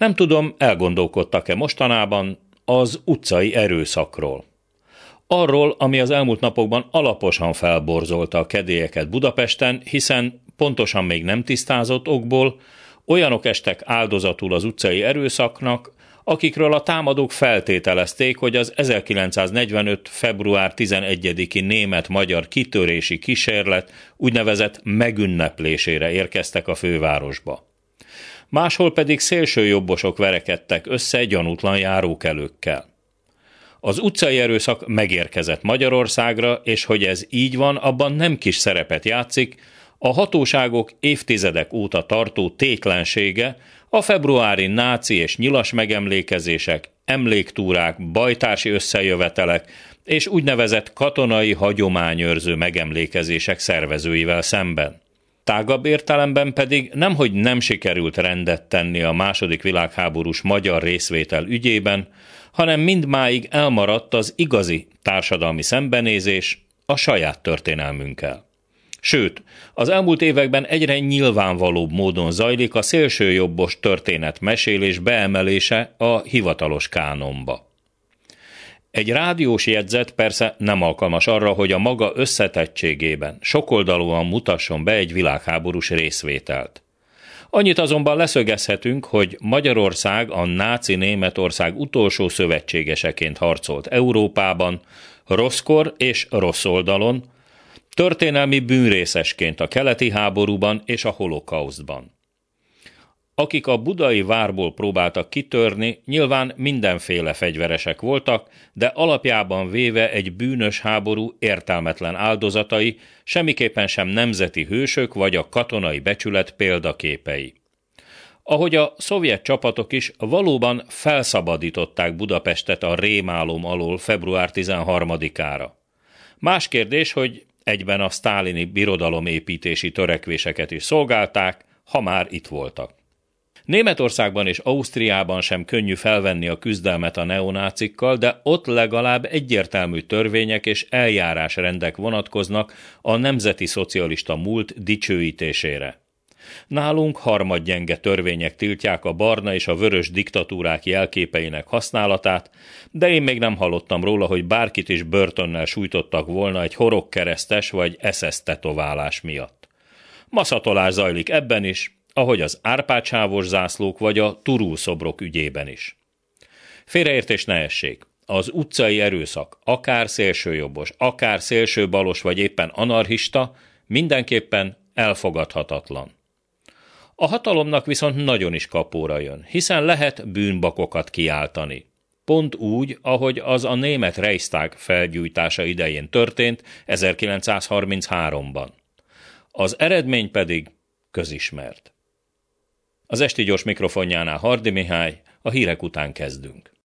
Nem tudom, elgondolkodtak-e mostanában az utcai erőszakról. Arról, ami az elmúlt napokban alaposan felborzolta a kedélyeket Budapesten, hiszen pontosan még nem tisztázott okból olyanok estek áldozatul az utcai erőszaknak, akikről a támadók feltételezték, hogy az 1945. február 11-i német-magyar kitörési kísérlet úgynevezett megünneplésére érkeztek a fővárosba. Máshol pedig szélsőjobbosok verekedtek össze gyanútlan járókelőkkel. Az utcai erőszak megérkezett Magyarországra, és hogy ez így van, abban nem kis szerepet játszik a hatóságok évtizedek óta tartó tétlensége, a februári náci és nyilas megemlékezések, emléktúrák, bajtársi összejövetelek és úgynevezett katonai hagyományőrző megemlékezések szervezőivel szemben. Tágabb értelemben pedig nemhogy nem sikerült rendet tenni a II. Világháborús magyar részvétel ügyében, hanem mindmáig elmaradt az igazi társadalmi szembenézés a saját történelmünkkel. Sőt, az elmúlt években egyre nyilvánvalóbb módon zajlik a szélsőjobbos történetmesélés beemelése a hivatalos kánonba. Egy rádiós jegyzet persze nem alkalmas arra, hogy a maga összetettségében sokoldalúan mutasson be egy világháborús részvételt. Annyit azonban leszögezhetünk, hogy Magyarország a náci Németország utolsó szövetségeseként harcolt Európában, rosszkor és rossz oldalon, történelmi bűnrészesként a keleti háborúban és a holokausztban. Akik a budai várból próbáltak kitörni, nyilván mindenféle fegyveresek voltak, de alapjában véve egy bűnös háború értelmetlen áldozatai, semmiképpen sem nemzeti hősök vagy a katonai becsület példaképei. Ahogy a szovjet csapatok is valóban felszabadították Budapestet a rémálom alól február 13-ára. Más kérdés, hogy egyben a sztálini birodalomépítési törekvéseket is szolgálták, ha már itt voltak. Németországban és Ausztriában sem könnyű felvenni a küzdelmet a neonácikkal, de ott legalább egyértelmű törvények és eljárásrendek vonatkoznak a nemzeti szocialista múlt dicsőítésére. Nálunk harmadgyenge törvények tiltják a barna és a vörös diktatúrák jelképeinek használatát, de én még nem hallottam róla, hogy bárkit is börtönnel sújtottak volna egy horogkeresztes vagy SS tetoválás miatt. Maszatolás zajlik ebben is, ahogy az Árpád-sávos zászlók vagy a Turul szobrok ügyében is. Félreértés ne essék. Az utcai erőszak, akár szélsőjobbos, akár szélsőbalos vagy éppen anarchista, mindenképpen elfogadhatatlan. A hatalomnak viszont nagyon is kapóra jön, hiszen lehet bűnbakokat kiáltani. Pont úgy, ahogy az a német Reichstag felgyújtása idején történt 1933-ban. Az eredmény pedig közismert. Az esti gyors mikrofonjánál Hardy Mihály, a hírek után kezdünk.